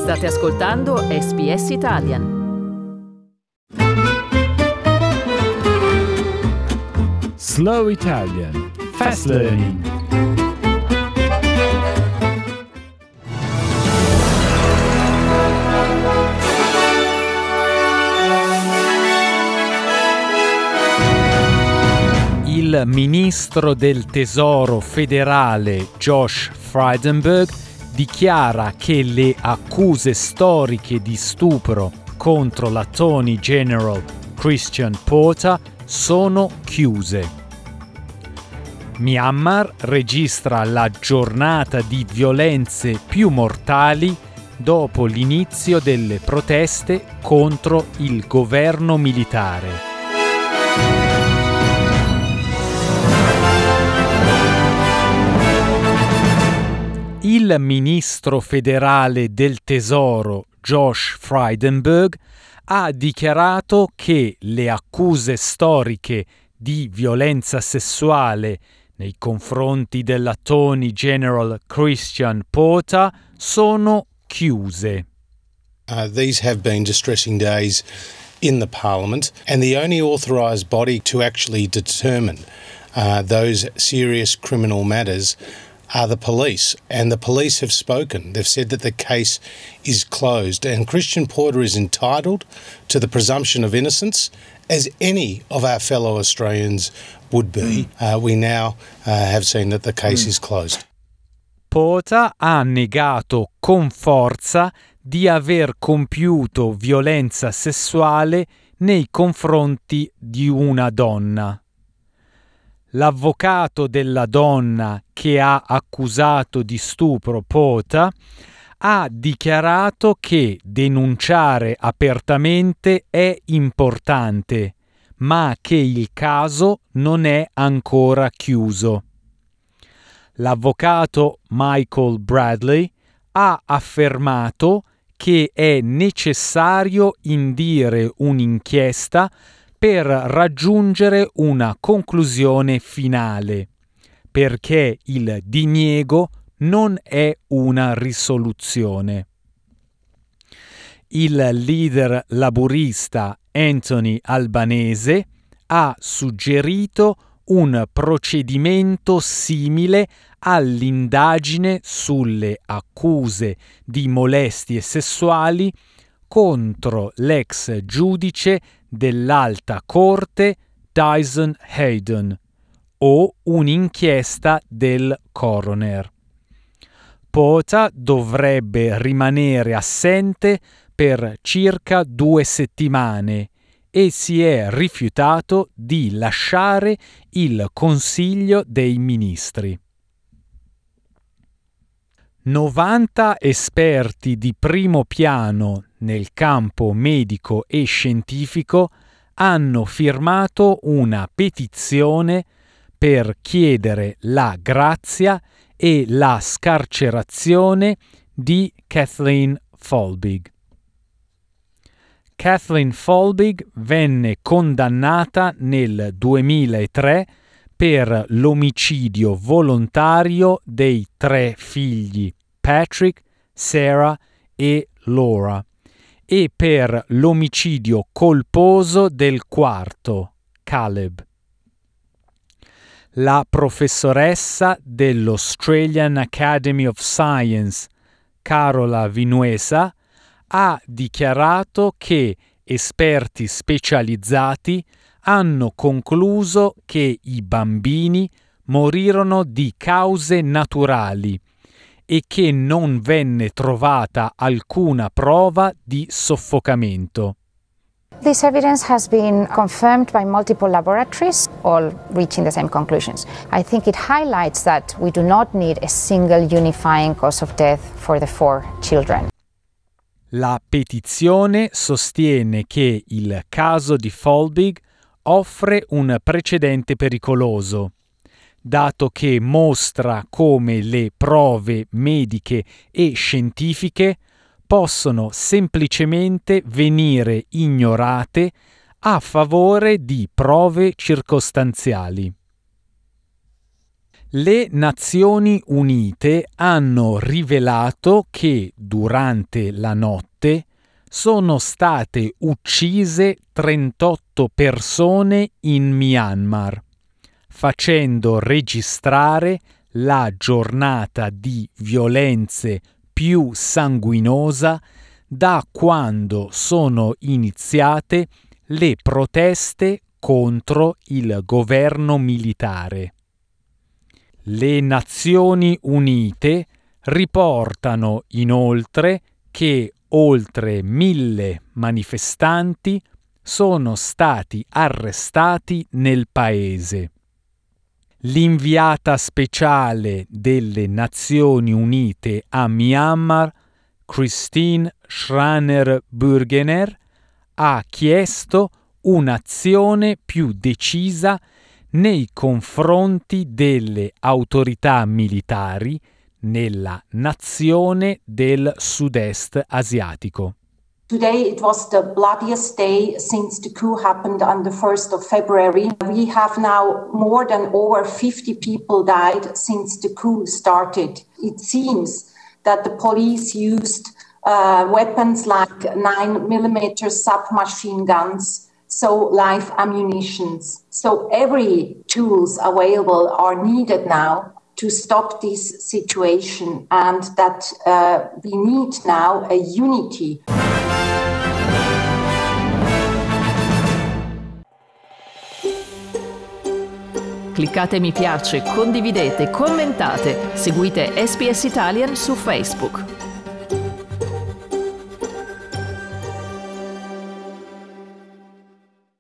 State ascoltando SBS Italian. Slow Italian. Fast Learning. Il ministro del Tesoro federale Josh Frydenberg dichiara che le accuse storiche di stupro contro l'Attorney General Christian Porter sono chiuse. Myanmar registra la giornata di violenze più mortali dopo l'inizio delle proteste contro il governo militare. Il ministro federale del Tesoro Josh Frydenberg ha dichiarato che le accuse storiche di violenza sessuale nei confronti dell'Attorney General Christian Porter sono chiuse. These have been distressing days in the Parliament, and the only authorised body to actually determine those serious criminal matters are the police, and the police have spoken. They've said that the case is closed, and Christian Porter is entitled to the presumption of innocence, as any of our fellow Australians would be. We now have seen that the case is closed. Porter ha negato con forza di aver compiuto violenza sessuale nei confronti di una donna. L'avvocato della donna che ha accusato di stupro Porter ha dichiarato che denunciare apertamente è importante, ma che il caso non è ancora chiuso. L'avvocato Michael Bradley ha affermato che è necessario indire un'inchiesta per raggiungere una conclusione finale, perché il diniego non è una risoluzione. Il leader laburista Anthony Albanese ha suggerito un procedimento simile all'indagine sulle accuse di molestie sessuali contro l'ex giudice dell'Alta Corte Dyson Heydon o un'inchiesta del coroner. Porter dovrebbe rimanere assente per circa 2 settimane e si è rifiutato di lasciare il Consiglio dei Ministri. 90 esperti di primo piano nel campo medico e scientifico hanno firmato una petizione per chiedere la grazia e la scarcerazione di Kathleen Folbig. Kathleen Folbig venne condannata nel 2003 per l'omicidio volontario dei 3 figli Patrick, Sarah e Laura e per l'omicidio colposo del 4, Caleb. La professoressa dell'Australian Academy of Science, Carola Vinuesa, ha dichiarato che esperti specializzati hanno concluso che i bambini morirono di cause naturali e che non venne trovata alcuna prova di soffocamento. This evidence has been confirmed by multiple laboratories, all reaching the same conclusions. I think it highlights that we do not need a single unifying cause of death for the 4 children. La petizione sostiene che il caso di Folbig offre un precedente pericoloso, dato che mostra come le prove mediche e scientifiche possono semplicemente venire ignorate a favore di prove circostanziali. Le Nazioni Unite hanno rivelato che durante la notte sono state uccise 38 persone in Myanmar, facendo registrare la giornata di violenze più sanguinosa da quando sono iniziate le proteste contro il governo militare. Le Nazioni Unite riportano inoltre che oltre 1.000 manifestanti sono stati arrestati nel paese. L'inviata speciale delle Nazioni Unite a Myanmar, Christine Schraner Burgener, ha chiesto un'azione più decisa nei confronti delle autorità militari nella nazione del sud-est asiatico. Today it was the bloodiest day since the coup happened on the 1st of February. We have now more than over 50 people died since the coup started. It seems that the police used weapons like 9mm submachine guns, so live ammunitions. So every tools available are needed now to stop this situation, and that we need now a unity. Cliccate mi piace, condividete, commentate, seguite SPS Italian su Facebook.